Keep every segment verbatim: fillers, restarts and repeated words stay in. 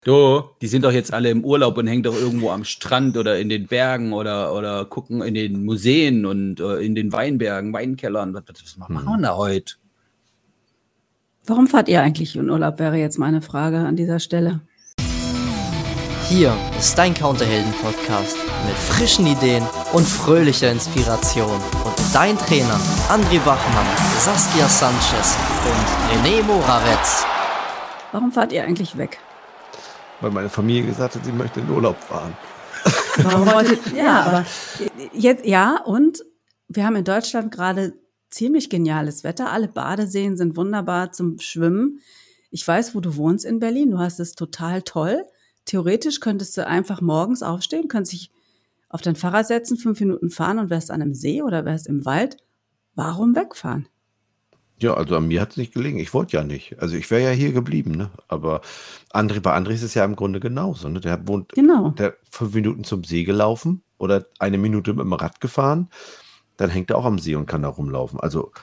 Du, die sind doch jetzt alle im Urlaub und hängen doch irgendwo am Strand oder in den Bergen oder, oder gucken in den Museen und äh, in den Weinbergen, Weinkellern. Was, was machen wir Hm. da heute? Warum fahrt ihr eigentlich in Urlaub, wäre jetzt meine Frage an dieser Stelle. Hier ist dein Counterhelden-Podcast mit frischen Ideen und fröhlicher Inspiration. Und dein Trainer André Bachmann, Saskia Sanchez und René Morawetz. Warum fahrt ihr eigentlich weg? Weil meine Familie gesagt hat, sie möchte in Urlaub fahren. Warum wolltet, ja, aber jetzt, ja, und wir haben in Deutschland gerade ziemlich geniales Wetter. Alle Badeseen sind wunderbar zum Schwimmen. Ich weiß, wo du wohnst in Berlin. Du hast es total toll. Theoretisch könntest du einfach morgens aufstehen, könntest dich auf dein Fahrrad setzen, fünf Minuten fahren und wärst an einem See oder wärst im Wald. Warum wegfahren? Ja, also an mir hat es nicht gelegen. Ich wollte ja nicht. Also ich wäre ja hier geblieben, ne? Aber André, bei André ist es ja im Grunde genauso, ne? Der wohnt, Genau. der hat fünf Minuten zum See gelaufen oder eine Minute mit dem Rad gefahren. Dann hängt er auch am See und kann da rumlaufen. Also,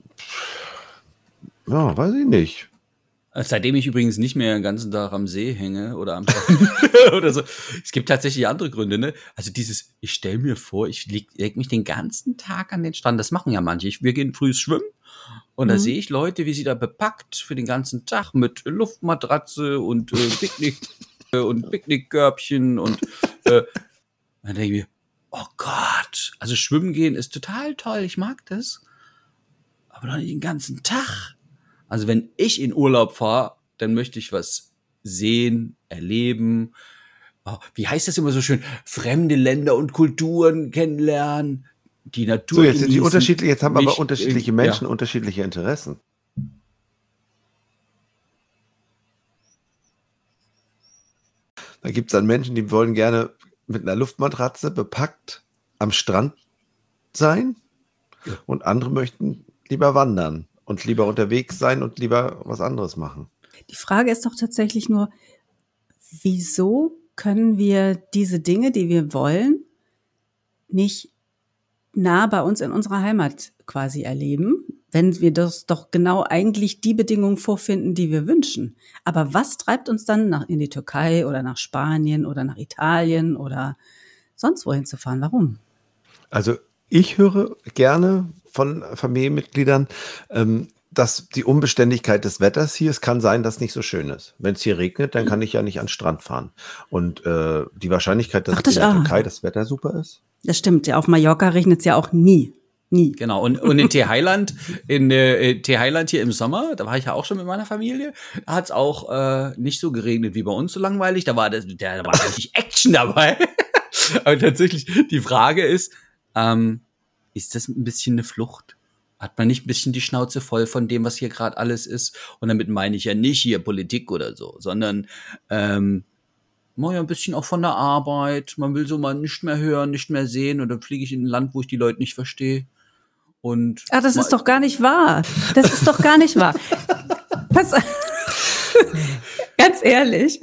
ja, weiß ich nicht. Seitdem ich übrigens nicht mehr den ganzen Tag am See hänge oder am oder so. Es gibt tatsächlich andere Gründe, ne? Also dieses, ich stelle mir vor, ich leg, leg mich den ganzen Tag an den Strand. Das machen ja manche. Ich, wir gehen früh schwimmen und da Mhm. sehe ich Leute, wie sie da bepackt für den ganzen Tag mit Luftmatratze und äh, Picknick äh, und Picknickkörbchen und äh, dann denke ich mir, oh Gott, also schwimmen gehen ist total toll, ich mag das, aber doch nicht den ganzen Tag. Also wenn ich in Urlaub fahre, dann möchte ich was sehen, erleben. Oh, wie heißt das immer so schön? Fremde Länder und Kulturen kennenlernen, die Natur So, jetzt sind die genießen, unterschiedlich, jetzt haben mich, aber unterschiedliche äh, Menschen ja. unterschiedliche Interessen. Da gibt es dann Menschen, die wollen gerne mit einer Luftmatratze bepackt am Strand sein Ja. und andere möchten lieber wandern und lieber unterwegs sein und lieber was anderes machen. Die Frage ist doch tatsächlich nur, wieso können wir diese Dinge, die wir wollen, nicht nah bei uns in unserer Heimat quasi erleben, wenn wir das doch genau eigentlich die Bedingungen vorfinden, die wir wünschen. Aber was treibt uns dann nach in die Türkei oder nach Spanien oder nach Italien oder sonst wohin zu fahren? Warum? Also ich höre gerne von Familienmitgliedern, ähm, dass die Unbeständigkeit des Wetters hier, es kann sein, dass es nicht so schön ist. Wenn es hier regnet, dann kann ich ja nicht an den Strand fahren. Und äh, die Wahrscheinlichkeit, dass Ach, das- in der ah. Türkei das Wetter super ist. Das stimmt, ja, auf Mallorca regnet es ja auch nie. Nie. Genau, und, und in Thailand, in äh, Thailand hier im Sommer, da war ich ja auch schon mit meiner Familie, da hat es auch äh, nicht so geregnet wie bei uns, so langweilig, da war das, da war richtig Action dabei. Aber tatsächlich, die Frage ist, ähm, ist das ein bisschen eine Flucht? Hat man nicht ein bisschen die Schnauze voll von dem, was hier gerade alles ist? Und damit meine ich ja nicht hier Politik oder so, sondern ähm, mal ja ein bisschen auch von der Arbeit. Man will so mal nicht mehr hören, nicht mehr sehen und dann fliege ich in ein Land, wo ich die Leute nicht verstehe. Und Ah, das mal- ist doch gar nicht wahr. Das ist doch gar nicht wahr. Pass, ganz ehrlich.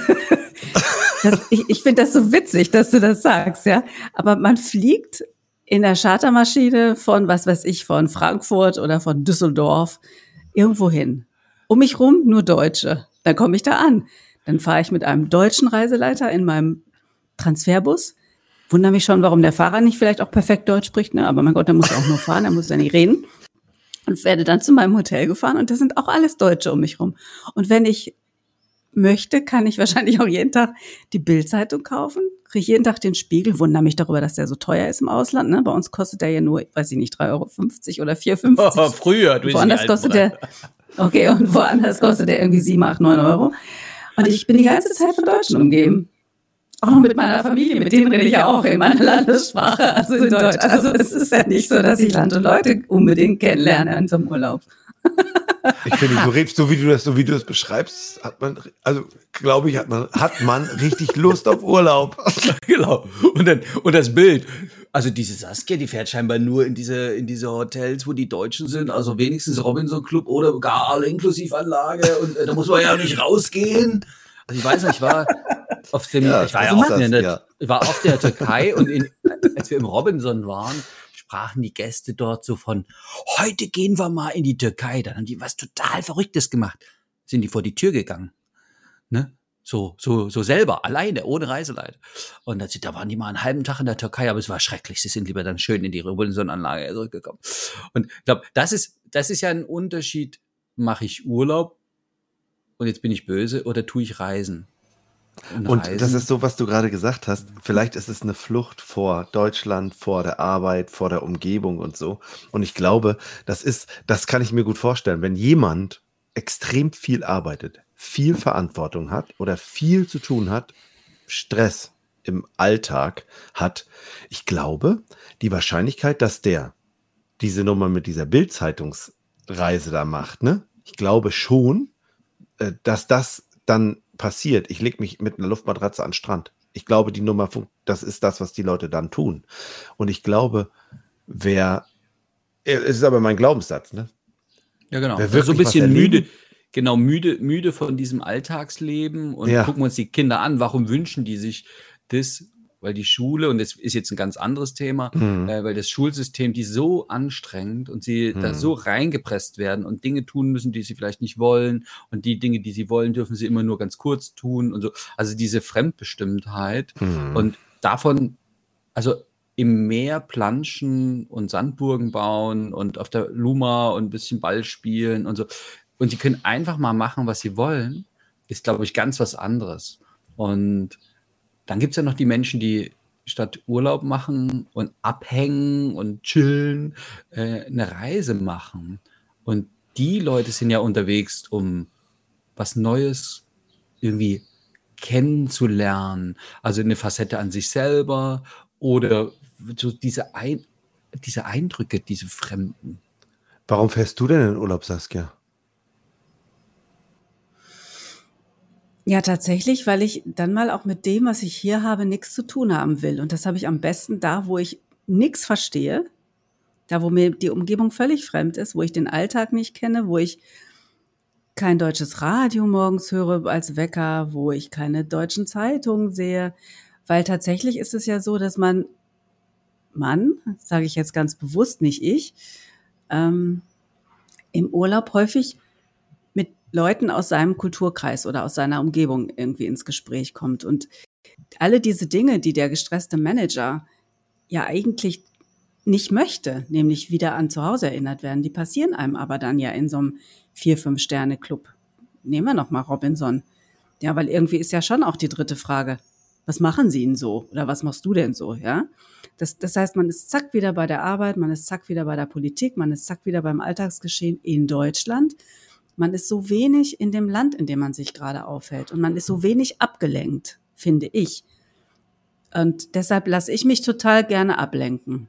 Das, ich ich finde das so witzig, dass du das sagst, ja. Aber man fliegt in der Chartermaschine von, was weiß ich, von Frankfurt oder von Düsseldorf irgendwo hin. Um mich rum nur Deutsche. Dann komme ich da an. Dann fahre ich mit einem deutschen Reiseleiter in meinem Transferbus. Wundere mich schon, warum der Fahrer nicht vielleicht auch perfekt Deutsch spricht, ne? Aber mein Gott, der muss ja auch nur fahren, der muss ja nicht reden. Und werde dann zu meinem Hotel gefahren und da sind auch alles Deutsche um mich rum. Und wenn ich möchte, kann ich wahrscheinlich auch jeden Tag die Bild-Zeitung kaufen, kriege jeden Tag den Spiegel, wundere mich darüber, dass der so teuer ist im Ausland. Ne? Bei uns kostet der ja nur, weiß ich nicht, drei Euro fünfzig oder vier Euro fünfzig. Oh, früher, du bist Woanders die kostet Alten, der, okay, und woanders kostet der irgendwie sieben, acht, neun Euro. Und ich bin die ganze Zeit von Deutschen umgeben. Auch noch mit meiner Familie, mit denen rede ich ja auch in meiner Landessprache, also in Deutsch. Also es ist ja nicht so, dass ich Land und Leute unbedingt kennenlerne in so einem Urlaub. Ich finde, du redest, so wie du das, so wie du das beschreibst, hat man, also glaube ich, hat man, hat man richtig Lust auf Urlaub. Genau. Und dann, und das Bild. Also diese Saskia, die fährt scheinbar nur in diese, in diese Hotels, wo die Deutschen sind, also wenigstens Robinson Club oder gar All-Inklusiv-Anlage und äh, da muss man ja nicht rausgehen. Also ich weiß nicht, ich war auf dem, Ja, ich war ja so auch ist in das, der, ja. ich war auf der Türkei und in, als wir im Robinson waren, sprachen die Gäste dort so von, heute gehen wir mal in die Türkei. Dann haben die was total Verrücktes gemacht. Sind die vor die Tür gegangen. Ne? So, so, so selber, alleine, ohne Reiseleiter. Und das, da waren die mal einen halben Tag in der Türkei, aber es war schrecklich. Sie sind lieber dann schön in die Robinson-Anlage zurückgekommen. Und ich glaube, das ist, das ist ja ein Unterschied. Mache ich Urlaub und jetzt bin ich böse oder tue ich Reisen? Und, Und Reisen, das ist so, was du gerade gesagt hast. Vielleicht ist es eine Flucht vor Deutschland, vor der Arbeit, vor der Umgebung und so. Und ich glaube, das ist, das kann ich mir gut vorstellen. Wenn jemand extrem viel arbeitet, viel Verantwortung hat oder viel zu tun hat, Stress im Alltag hat, ich glaube, die Wahrscheinlichkeit, dass der diese Nummer mit dieser Bild-Zeitungsreise da macht, ne? Ich glaube schon, äh, dass das dann passiert. Ich lege mich mit einer Luftmatratze an den Strand. Ich glaube, die Nummer, das ist das, was die Leute dann tun. Und ich glaube, wer, es ist aber mein Glaubenssatz, ne? Ja, genau. Wer Also so ein wirklich was bisschen erleben- müde, genau, müde, müde von diesem Alltagsleben und Ja. gucken wir uns die Kinder an. Warum wünschen die sich das? Weil die Schule, und das ist jetzt ein ganz anderes Thema, Mhm. äh, weil das Schulsystem die so anstrengt und sie da Mhm. so reingepresst werden und Dinge tun müssen, die sie vielleicht nicht wollen. Und die Dinge, die sie wollen, dürfen sie immer nur ganz kurz tun und so. Also diese Fremdbestimmtheit. Mhm. Und davon, also im Meer planschen und Sandburgen bauen und auf der Luma und ein bisschen Ball spielen und so. Und sie können einfach mal machen, was sie wollen, ist, glaube ich, ganz was anderes. Und dann gibt es ja noch die Menschen, die statt Urlaub machen und abhängen und chillen, äh, eine Reise machen. Und die Leute sind ja unterwegs, um was Neues irgendwie kennenzulernen. Also eine Facette an sich selber oder so diese, Ein diese Eindrücke, diese Fremden. Warum fährst du denn in Urlaub, Saskia? Ja, tatsächlich, weil ich dann mal auch mit dem, was ich hier habe, nichts zu tun haben will. Und das habe ich am besten da, wo ich nichts verstehe, da, wo mir die Umgebung völlig fremd ist, wo ich den Alltag nicht kenne, wo ich kein deutsches Radio morgens höre als Wecker, wo ich keine deutschen Zeitungen sehe. Weil tatsächlich ist es ja so, dass man, Mann, sage ich jetzt ganz bewusst, nicht ich, ähm, im Urlaub häufig mit Leuten aus seinem Kulturkreis oder aus seiner Umgebung irgendwie ins Gespräch kommt. Und alle diese Dinge, die der gestresste Manager ja eigentlich nicht möchte, nämlich wieder an zu Hause erinnert werden, die passieren einem aber dann ja in so einem vier fünf Sterne Club. Nehmen wir noch mal Robinson. Ja, weil irgendwie ist ja schon auch die dritte Frage, was machen Sie denn so? Oder was machst du denn so? Ja, das, das heißt, man ist zack wieder bei der Arbeit, man ist zack wieder bei der Politik, man ist zack wieder beim Alltagsgeschehen in Deutschland. Man ist so wenig in dem Land, in dem man sich gerade aufhält. Und man ist so wenig abgelenkt, finde ich. Und deshalb lasse ich mich total gerne ablenken.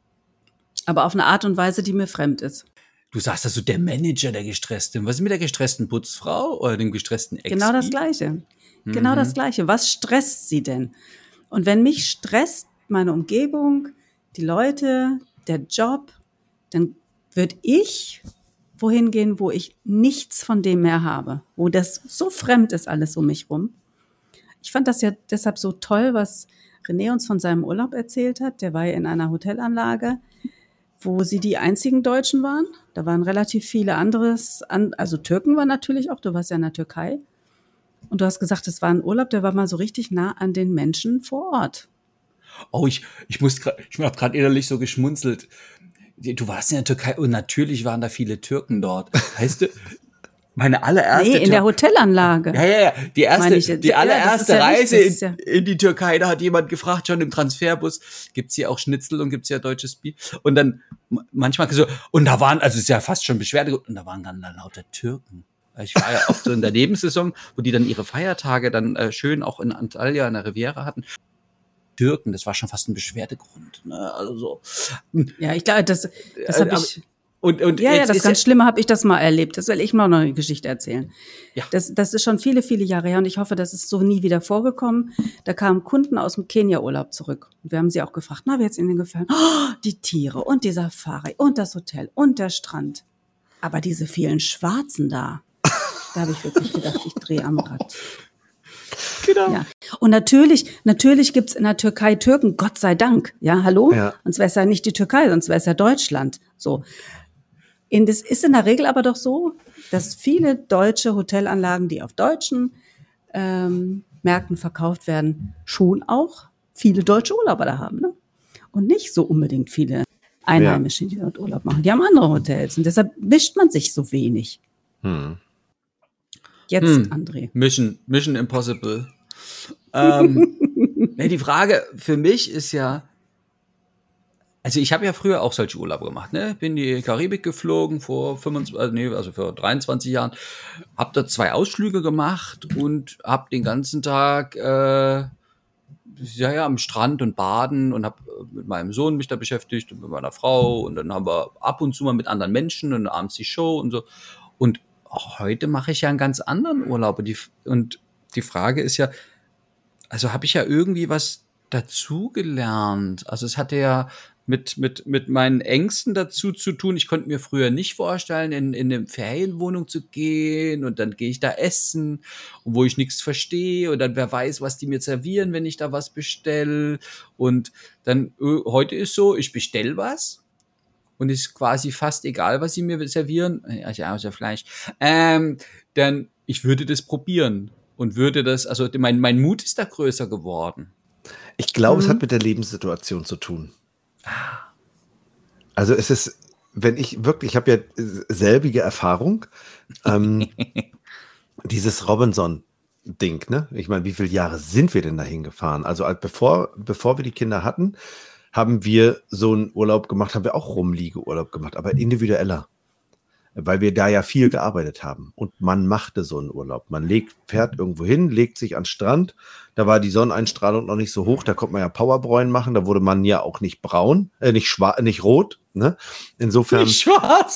Aber auf eine Art und Weise, die mir fremd ist. Du sagst also, der Manager der gestressten. Was ist mit der gestressten Putzfrau oder dem gestressten Ex? Genau das Gleiche. Genau Mhm. das Gleiche. Was stresst sie denn? Und wenn mich stresst meine Umgebung, die Leute, der Job, dann würde ich wohin gehen, wo ich nichts von dem mehr habe, wo das so fremd ist alles um mich rum. Ich fand das ja deshalb so toll, was René uns von seinem Urlaub erzählt hat. Der war ja in einer Hotelanlage, wo sie die einzigen Deutschen waren. Da waren relativ viele anderes, also Türken waren natürlich auch, du warst ja in der Türkei. Und du hast gesagt, es war ein Urlaub, der war mal so richtig nah an den Menschen vor Ort. Oh, ich, ich muss grad, ich habe gerade innerlich so geschmunzelt. Du warst in der Türkei und natürlich waren da viele Türken dort. Heißt du, meine allererste Nee, in Tür- der Hotelanlage. Ja, ja, ja. Die erste, Meine ich jetzt. die Ja, das allererste ist ja Reise richtig, das ist in, in die Türkei, da hat jemand gefragt, schon im Transferbus, gibt's hier auch Schnitzel und gibt's hier deutsches Bier? Und dann m- manchmal so, und da waren, also es ist ja fast schon Beschwerde, und da waren dann, dann lauter Türken. Ich war ja oft so in der Nebensaison, wo die dann ihre Feiertage dann äh, schön auch in Antalya, in der Riviera hatten. Türken, das war schon fast ein Beschwerdegrund. Ne? Also so. Ja, ich glaube, das, das habe Äh, ich. Und, und Ja, ja, jetzt das ist ganz Schlimme habe ich das mal erlebt. Das will ich mal noch eine Geschichte erzählen. Ja. Das, das ist schon viele, viele Jahre her und ich hoffe, das ist so nie wieder vorgekommen. Da kamen Kunden aus dem Kenia-Urlaub zurück. Und wir haben sie auch gefragt, na, wie hat's Ihnen gefallen? Oh, die Tiere und die Safari und das Hotel und der Strand. Aber diese vielen Schwarzen da, da habe ich wirklich gedacht, ich drehe am Rad. Genau. Ja. Und natürlich, natürlich gibt's in der Türkei Türken, Gott sei Dank. Ja, hallo? Ja. Sonst wäre es ja nicht die Türkei, sonst wäre es ja Deutschland. So. In, das ist in der Regel aber doch so, dass viele deutsche Hotelanlagen, die auf deutschen ähm, Märkten verkauft werden, schon auch viele deutsche Urlauber da haben, ne? Und nicht so unbedingt viele Einheimische, die dort Urlaub machen. Die haben andere Hotels und deshalb mischt man sich so wenig. Hm. Jetzt, Hm. André. Mission, Mission Impossible. ähm, ja, die Frage für mich ist ja, also ich habe ja früher auch solche Urlaube gemacht, ne? Bin in die Karibik geflogen vor fünfundzwanzig, also nee, also vor dreiundzwanzig Jahren, habe da zwei Ausflüge gemacht und habe den ganzen Tag äh, ja, ja, am Strand und baden und habe mit meinem Sohn mich da beschäftigt und mit meiner Frau und dann haben wir ab und zu mal mit anderen Menschen und abends die Show und so. Und heute mache ich ja einen ganz anderen Urlaub und die, und die Frage ist ja, also habe ich ja irgendwie was dazugelernt. Also es hatte ja mit, mit, mit meinen Ängsten dazu zu tun. Ich konnte mir früher nicht vorstellen, in, in eine Ferienwohnung zu gehen und dann gehe ich da essen, wo ich nichts verstehe und dann wer weiß, was die mir servieren, wenn ich da was bestelle. Und dann, äh, heute ist so, ich bestelle was und ist quasi fast egal, was sie mir servieren, also außer Fleisch, ähm, dann ich würde das probieren und würde das, also mein, mein Mut ist da größer geworden. Ich glaube, Mhm. es hat mit der Lebenssituation zu tun. Also es ist, wenn ich wirklich, ich habe ja selbige Erfahrung, ähm, dieses Robinson-Ding, ne? Ich meine, wie viele Jahre sind wir denn dahin gefahren? Also als bevor, bevor wir die Kinder hatten, haben wir so einen Urlaub gemacht, haben wir auch Rumliegeurlaub gemacht, aber individueller. Weil wir da ja viel gearbeitet haben. Und man machte so einen Urlaub. Man legt, fährt irgendwo hin, legt sich an den Strand. Da war die Sonneneinstrahlung noch nicht so hoch. Da konnte man ja Powerbräuen machen. Da wurde man ja auch nicht braun, äh, nicht schwarz, nicht rot. Ne? Insofern. Nicht schwarz.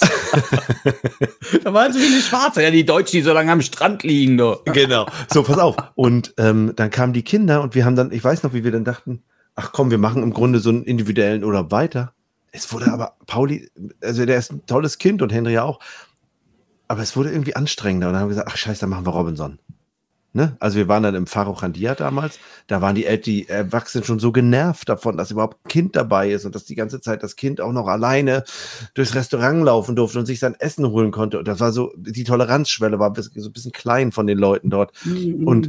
Da waren so viele Schwarze. Ja, die Deutschen, die so lange am Strand liegen. Doch. Genau. So, pass auf. Und ähm, dann kamen die Kinder und wir haben dann, ich weiß noch, wie wir dann dachten, ach komm, wir machen im Grunde so einen individuellen Urlaub weiter. Es wurde aber, Pauli, also der ist ein tolles Kind und Henry auch, aber es wurde irgendwie anstrengender und dann haben wir gesagt, ach scheiße, dann machen wir Robinson. Ne? Also wir waren dann im Farochandia damals, da waren die, El- die Erwachsenen schon so genervt davon, dass überhaupt ein Kind dabei ist und dass die ganze Zeit das Kind auch noch alleine durchs Restaurant laufen durfte und sich sein Essen holen konnte. Und das war so, die Toleranzschwelle war so ein bisschen klein von den Leuten dort. Mhm. Und,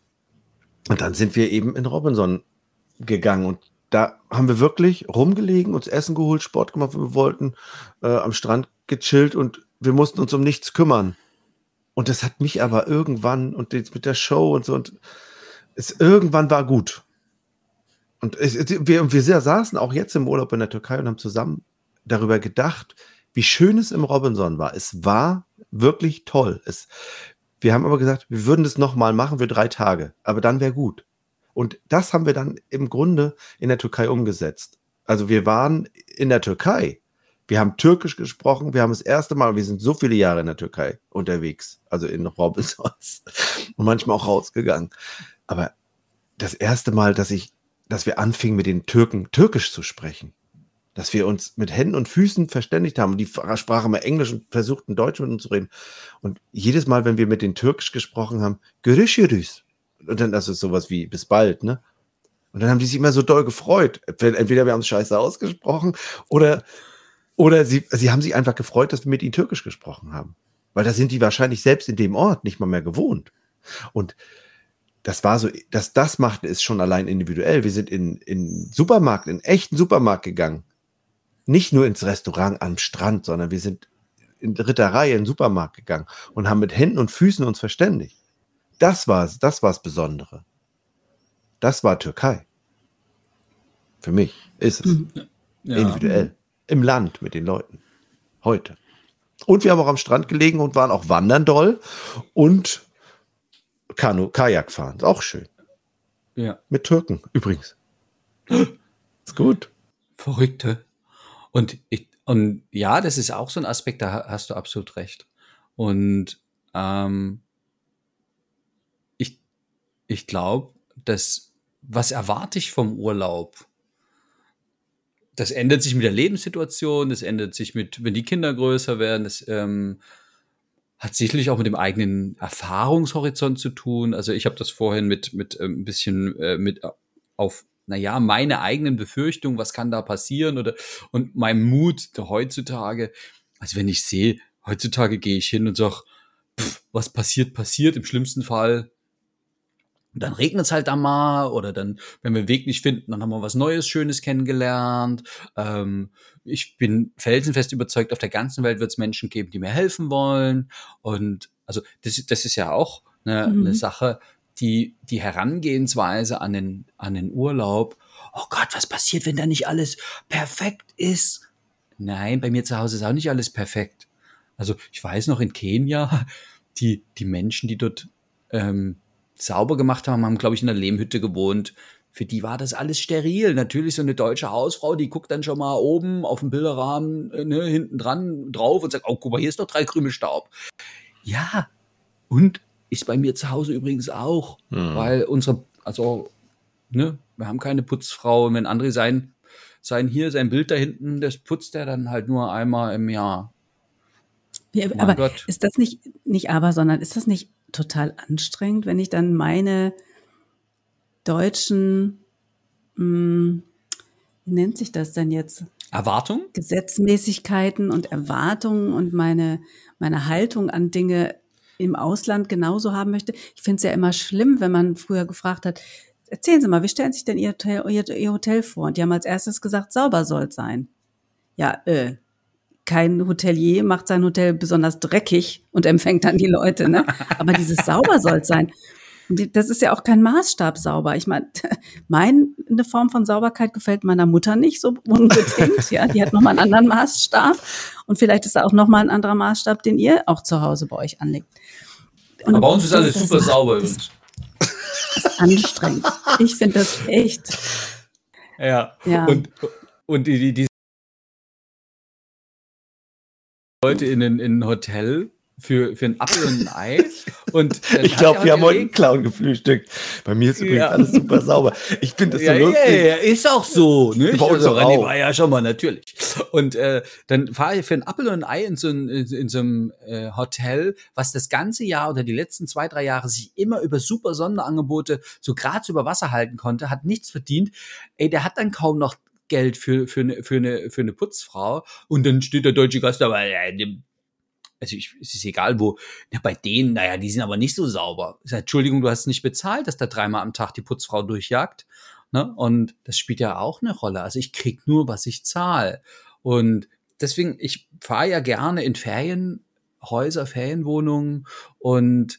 und dann sind wir eben in Robinson gegangen und da haben wir wirklich rumgelegen, uns Essen geholt, Sport gemacht, wenn wir wollten, äh, am Strand gechillt und wir mussten uns um nichts kümmern. Und das hat mich aber irgendwann und jetzt mit der Show und so und es irgendwann war gut. Und es, wir, wir saßen auch jetzt im Urlaub in der Türkei und haben zusammen darüber gedacht, wie schön es im Robinson war. Es war wirklich toll. Es, wir haben aber gesagt, wir würden das nochmal machen für drei Tage, aber dann wäre gut. Und das haben wir dann im Grunde in der Türkei umgesetzt. Also wir waren in der Türkei. Wir haben Türkisch gesprochen. Wir haben das erste Mal, wir sind so viele Jahre in der Türkei unterwegs, also in Robinsons und manchmal auch rausgegangen. Aber das erste Mal, dass ich, dass wir anfingen, mit den Türken Türkisch zu sprechen, dass wir uns mit Händen und Füßen verständigt haben. Und die sprachen mal Englisch und versuchten Deutsch mit uns zu reden. Und jedes Mal, wenn wir mit denen Türkisch gesprochen haben, Görüşürüz. Und dann, das ist sowas wie, bis bald, ne? Und dann haben die sich immer so doll gefreut. Entweder wir haben es scheiße ausgesprochen oder, oder sie, sie haben sich einfach gefreut, dass wir mit ihnen Türkisch gesprochen haben. Weil da sind die wahrscheinlich selbst in dem Ort nicht mal mehr gewohnt. Und das war so, dass das machten, ist schon allein individuell. Wir sind in, in Supermarkt, in echten Supermarkt gegangen. Nicht nur ins Restaurant am Strand, sondern wir sind in Ritterei in den Supermarkt gegangen und haben mit Händen und Füßen uns verständigt. Das war es, das war das Besondere. Das war Türkei. Für mich ist es. Ja. Individuell. Im Land mit den Leuten. Heute. Und wir haben auch am Strand gelegen und waren auch wandern doll und Kanu, Kajak fahren. Ist auch schön. Ja. Mit Türken übrigens. Ist gut. Verrückte. Und ich, und ja, das ist auch so ein Aspekt, da hast du absolut recht. Und ähm, ich, ich glaube, dass, was erwarte ich vom Urlaub? Das ändert sich mit der Lebenssituation, das ändert sich mit, wenn die Kinder größer werden, das ähm, hat sicherlich auch mit dem eigenen Erfahrungshorizont zu tun. Also ich habe das vorhin mit, mit äh, ein bisschen äh, mit auf, naja, meine eigenen Befürchtungen, was kann da passieren oder und meinem Mut heutzutage. Also wenn ich sehe, heutzutage gehe ich hin und sage, was passiert, passiert. Im schlimmsten Fall Und dann regnet es halt da mal oder dann, wenn wir den Weg nicht finden, dann haben wir was Neues, Schönes kennengelernt. Ähm, ich bin felsenfest überzeugt, auf der ganzen Welt wird es Menschen geben, die mir helfen wollen. Und also das, das ist ja auch eine, Mhm. eine Sache, die, die Herangehensweise an den, an den Urlaub. Oh Gott, was passiert, wenn da nicht alles perfekt ist? Nein, bei mir zu Hause ist auch nicht alles perfekt. Also ich weiß noch in Kenia, die, die Menschen, die dort ähm, sauber gemacht haben, haben, glaube ich, in einer Lehmhütte gewohnt. Für die war das alles steril. Natürlich so eine deutsche Hausfrau, die guckt dann schon mal oben auf dem Bilderrahmen, äh, ne, hinten dran drauf und sagt, oh, guck mal, hier ist doch drei Krümel Staub. Ja, und ist bei mir zu Hause übrigens auch, Hm. weil unsere, also, ne, wir haben keine Putzfrau. Und wenn André sein, sein hier, sein Bild da hinten, das putzt er dann halt nur einmal im Jahr. Ja, Mein aber Gott. ist das nicht, nicht aber, sondern ist das nicht total anstrengend, wenn ich dann meine deutschen, mh, wie nennt sich das denn jetzt? Erwartung? Gesetzmäßigkeiten und Erwartungen und meine, meine Haltung an Dinge im Ausland genauso haben möchte. Ich finde es ja immer schlimm, wenn man früher gefragt hat, erzählen Sie mal, wie stellen Sie sich denn Ihr Hotel, Ihr, Ihr Hotel vor? Und die haben als erstes gesagt, sauber soll es sein. Ja, äh, kein Hotelier macht sein Hotel besonders dreckig und empfängt dann die Leute, ne? Aber dieses sauber soll es sein. Und die, das ist ja auch kein Maßstab sauber. Ich meine, meine Form von Sauberkeit gefällt meiner Mutter nicht so unbedingt. Ja, die hat nochmal einen anderen Maßstab. Und vielleicht ist da auch nochmal ein anderer Maßstab, den ihr auch zu Hause bei euch anlegt. Und Aber bei uns ist alles das- super das- sauber das übrigens. ist anstrengend. Ich finde das echt. Ja. Ja. Und, und die, die, die Leute in ein, in ein Hotel für, für ein Apfel und ein Ei. Und dann Ich hat glaube, er wir haben heute einen überlegt- Clown gefrühstückt. Bei mir ist übrigens Ja. alles super sauber. Ich finde das so Ja, ja, lustig. ja, ist auch so. Ne? Bei uns Also, auch. René war ja schon mal natürlich. Und äh, dann fahre ich für ein Apfel und ein Ei in so, ein, in, in so einem äh, Hotel, was das ganze Jahr oder die letzten zwei, drei Jahre sich immer über super Sonderangebote so gratis über Wasser halten konnte, hat nichts verdient. Ey, der hat dann kaum noch Geld für, für, eine, für, eine, für eine Putzfrau. Und dann steht der deutsche Gast dabei, ja, dem- also ich, es ist egal wo, ja, bei denen, naja, die sind aber nicht so sauber. Ich sag, Entschuldigung, du hast nicht bezahlt, dass da dreimal am Tag die Putzfrau durchjagt. Ne? Und das spielt ja auch eine Rolle. Also ich krieg nur, was ich zahle. Und deswegen, ich fahre ja gerne in Ferienhäuser, Ferienwohnungen und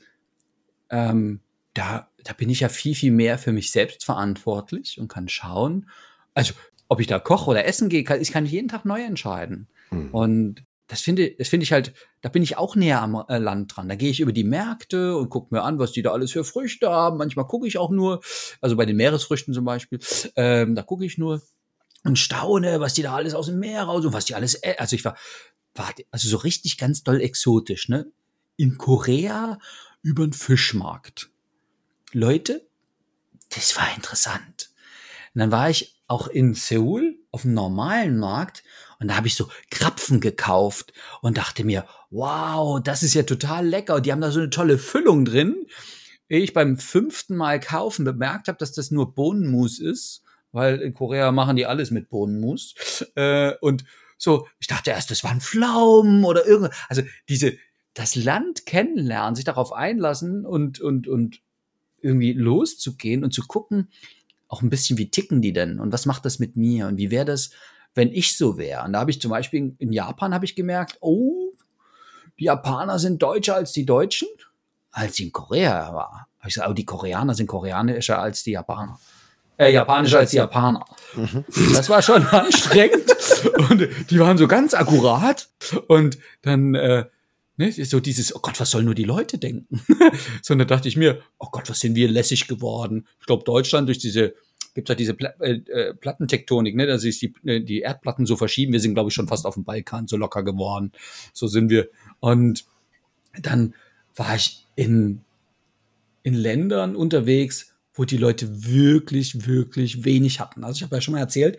ähm, da, da bin ich ja viel, viel mehr für mich selbst verantwortlich und kann schauen, also ob ich da koche oder essen gehe, kann, ich kann jeden Tag neu entscheiden. Mhm. Und das finde, das finde ich halt, da bin ich auch näher am äh, Land dran. Da gehe ich über die Märkte und gucke mir an, was die da alles für Früchte haben. Manchmal gucke ich auch nur, also bei den Meeresfrüchten zum Beispiel, ähm, da gucke ich nur und staune, was die da alles aus dem Meer raus und was die alles, äh, also ich war, war also so richtig ganz doll exotisch, ne? In Korea über den Fischmarkt. Leute, das war interessant. Und dann war ich auch in Seoul auf dem normalen Markt und da habe ich so Krapfen gekauft und dachte mir, wow, das ist ja total lecker. Die haben da so eine tolle Füllung drin. Ehe ich beim fünften Mal kaufen bemerkt habe, dass das nur Bohnenmus ist, weil in Korea machen die alles mit Bohnenmus. Äh, und so, ich dachte erst, das waren Pflaumen oder irgendwas. Also diese, das Land kennenlernen, sich darauf einlassen und, und, und irgendwie loszugehen und zu gucken, auch ein bisschen, wie ticken die denn und was macht das mit mir und wie wäre das, wenn ich so wäre. Und da habe ich zum Beispiel in Japan habe ich gemerkt, oh, die Japaner sind deutscher als die Deutschen, als ich in Korea war. Habe ich gesagt, oh, die Koreaner sind koreanischer als die Japaner. Äh, japanischer als die Japaner. Das war schon anstrengend. Und die waren so ganz akkurat. Und dann, äh, ne, so dieses, oh Gott, was sollen nur die Leute denken? Sondern dachte ich mir, oh Gott, was sind wir lässig geworden. Ich glaube, Deutschland durch diese, gibt halt diese Pla äh, äh, Plattentektonik, ne, dass sich die, äh, die Erdplatten so verschieben. Wir sind, glaube ich, schon fast auf dem Balkan so locker geworden. So sind wir. Und dann war ich in, in Ländern unterwegs, wo die Leute wirklich, wirklich wenig hatten. Also ich habe ja schon mal erzählt,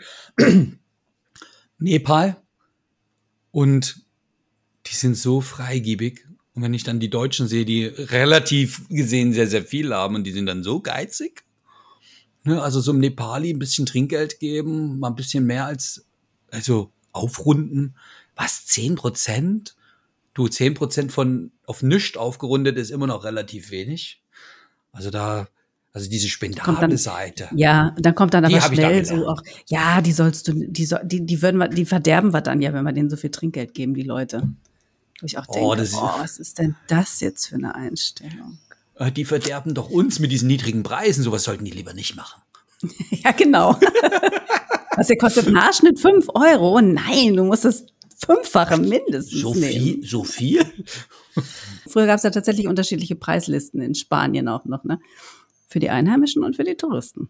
Nepal und die sind so freigebig. Und wenn ich dann die Deutschen sehe, die relativ gesehen sehr, sehr viel haben und die sind dann so geizig. Ne, also so einem Nepali ein bisschen Trinkgeld geben, mal ein bisschen mehr als, also aufrunden. Was, zehn Prozent? Du, zehn Prozent von auf nichts aufgerundet ist immer noch relativ wenig. Also da, Also diese Kommt spendable dann- Seite. Ja, und dann kommt dann Die aber hab ich da schnell so gelernt. auch, ja, die sollst du, die, so- die, die würden wir, die verderben wir dann ja, wenn wir denen so viel Trinkgeld geben, die Leute. Wo ich auch Oh, denke, das ist- oh, was ist denn das jetzt für eine Einstellung? Äh, Die verderben doch uns mit diesen niedrigen Preisen. Sowas sollten die lieber nicht machen. Ja, genau. Was hier kostet ein Haarschnitt fünf Euro? Nein, du musst das Fünffache mindestens So nehmen. viel? So viel? Früher gab es ja tatsächlich unterschiedliche Preislisten in Spanien auch noch, ne? Für die Einheimischen und für die Touristen.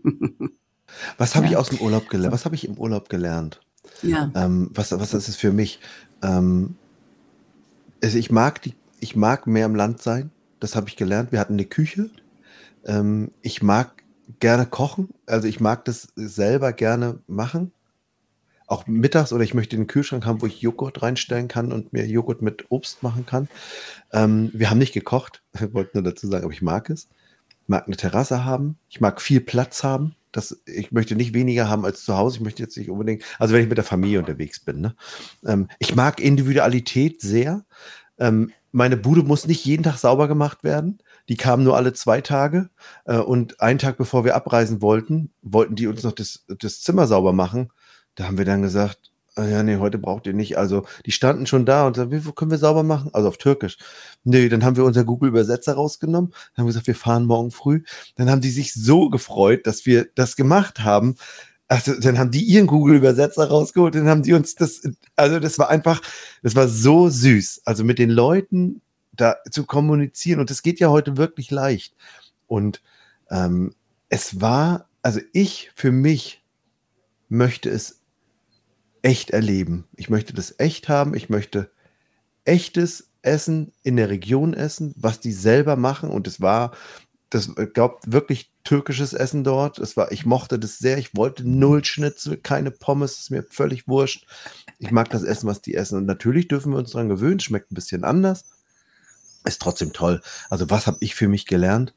Was habe Ja. ich aus dem Urlaub gelernt? Was habe ich im Urlaub gelernt? Ja. Ähm, was, was ist es für mich? Ähm, also ich mag die, ich mag mehr im Land sein. Das habe ich gelernt. Wir hatten eine Küche. Ähm, ich mag gerne kochen. Also ich mag das selber gerne machen. Auch mittags oder ich möchte einen Kühlschrank haben, wo ich Joghurt reinstellen kann und mir Joghurt mit Obst machen kann. Ähm, wir haben nicht gekocht, wollte nur dazu sagen, aber ich mag es. Ich mag eine Terrasse haben. Ich mag viel Platz haben. Das, ich möchte nicht weniger haben als zu Hause. Ich möchte jetzt nicht unbedingt, also wenn ich mit der Familie unterwegs bin. Ne? Ähm, ich mag Individualität sehr. Ähm, meine Bude muss nicht jeden Tag sauber gemacht werden. Die kamen nur alle zwei Tage. Äh, und einen Tag bevor wir abreisen wollten, wollten die uns noch das, das Zimmer sauber machen. Da haben wir dann gesagt, ah ja, nee, heute braucht ihr nicht. Also die standen schon da und sagten, wo können wir sauber machen? Also auf Türkisch. Nee, dann haben wir unser Google-Übersetzer rausgenommen, dann haben wir gesagt, wir fahren morgen früh. Dann haben die sich so gefreut, dass wir das gemacht haben. Also, dann haben die ihren Google-Übersetzer rausgeholt, dann haben die uns das, also das war einfach, das war so süß. Also mit den Leuten da zu kommunizieren und das geht ja heute wirklich leicht. Und ähm, es war, also ich für mich möchte es echt erleben. Ich möchte das echt haben. Ich möchte echtes Essen in der Region essen, was die selber machen. Und es war, das glaubt wirklich türkisches Essen dort. Es war, ich mochte das sehr. Ich wollte null Schnitzel, keine Pommes, ist mir völlig wurscht. Ich mag das Essen, was die essen. Und natürlich dürfen wir uns daran gewöhnen. Schmeckt ein bisschen anders. Ist trotzdem toll. Also was habe ich für mich gelernt?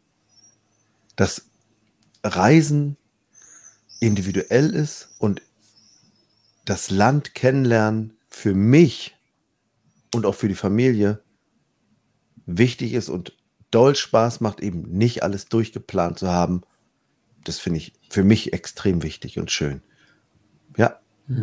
Dass Reisen individuell ist und das Land kennenlernen für mich und auch für die Familie wichtig ist und doll Spaß macht, eben nicht alles durchgeplant zu haben. Das finde ich für mich extrem wichtig und schön. Ja.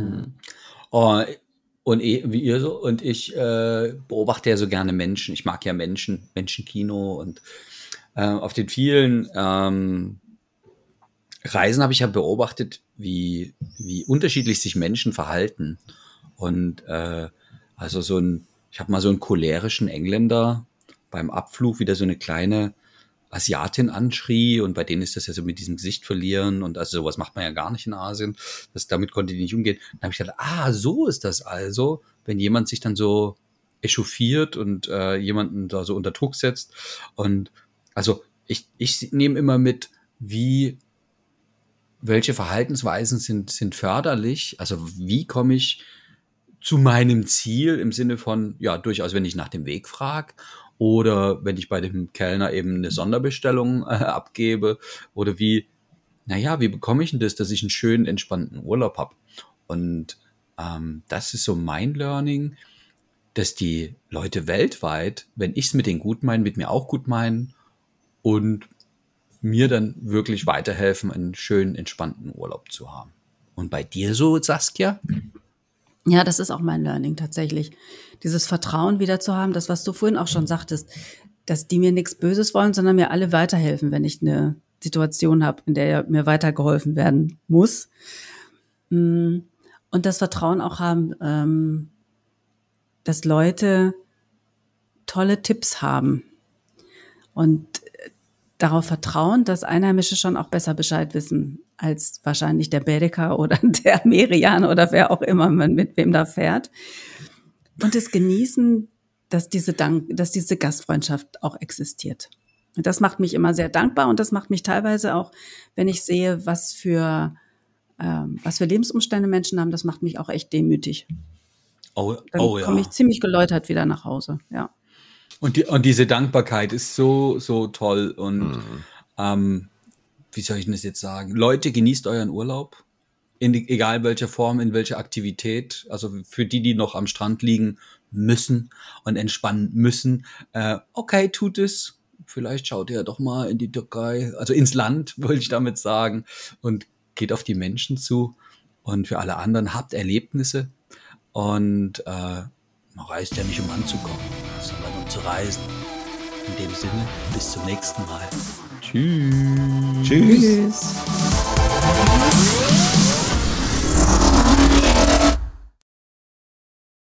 Oh, und eh, wie ihr so, und ich äh, beobachte ja so gerne Menschen. Ich mag ja Menschen, Menschenkino und äh, auf den vielen ähm, Reisen habe ich ja beobachtet, wie, wie unterschiedlich sich Menschen verhalten. Und äh, also so ein, ich habe mal so einen cholerischen Engländer beim Abflug wieder so eine kleine Asiatin anschrie und bei denen ist das ja so mit diesem Gesicht verlieren und also sowas macht man ja gar nicht in Asien. Das, damit konnte die nicht umgehen. Dann habe ich gedacht, ah, so ist das also, wenn jemand sich dann so echauffiert und äh, jemanden da so unter Druck setzt. Und also ich, ich nehme immer mit, wie welche Verhaltensweisen sind, sind förderlich? Also wie komme ich zu meinem Ziel im Sinne von, ja, durchaus, wenn ich nach dem Weg frage oder wenn ich bei dem Kellner eben eine Sonderbestellung äh, abgebe oder wie, naja, wie bekomme ich denn das, dass ich einen schönen, entspannten Urlaub habe? Und ähm, das ist so mein Learning, dass die Leute weltweit, wenn ich es mit denen gut meine, mit mir auch gut meinen und mir dann wirklich weiterhelfen, einen schönen, entspannten Urlaub zu haben. Und bei dir so, Saskia? Ja, das ist auch mein Learning tatsächlich. Dieses Vertrauen wieder zu haben, das, was du vorhin auch schon sagtest, dass die mir nichts Böses wollen, sondern mir alle weiterhelfen, wenn ich eine Situation habe, in der mir weitergeholfen werden muss. Und das Vertrauen auch haben, dass Leute tolle Tipps haben und darauf vertrauen, dass Einheimische schon auch besser Bescheid wissen als wahrscheinlich der Baedeker oder der Merian oder wer auch immer man mit wem da fährt. Und es genießen, dass diese Dank, dass diese Gastfreundschaft auch existiert. Und das macht mich immer sehr dankbar und das macht mich teilweise auch, wenn ich sehe, was für, ähm, was für Lebensumstände Menschen haben, das macht mich auch echt demütig. Oh, Dann oh ja. komme ich ziemlich geläutert wieder nach Hause, ja. Und, die, und diese Dankbarkeit ist so, so toll. Und mhm. ähm, wie soll ich denn das jetzt sagen? Leute, genießt euren Urlaub. In die, egal welcher Form, in welcher Aktivität. Also für die, die noch am Strand liegen müssen und entspannen müssen. Äh, okay, tut es. vielleicht schaut ihr doch mal in die Türkei, also ins Land, wollte ich damit sagen, und geht auf die Menschen zu. Und für alle anderen, habt Erlebnisse und äh, man reist ja nicht, um anzukommen, sondern um zu reisen. In dem Sinne, bis zum nächsten Mal. Tschüss. Tschüss. Tschüss.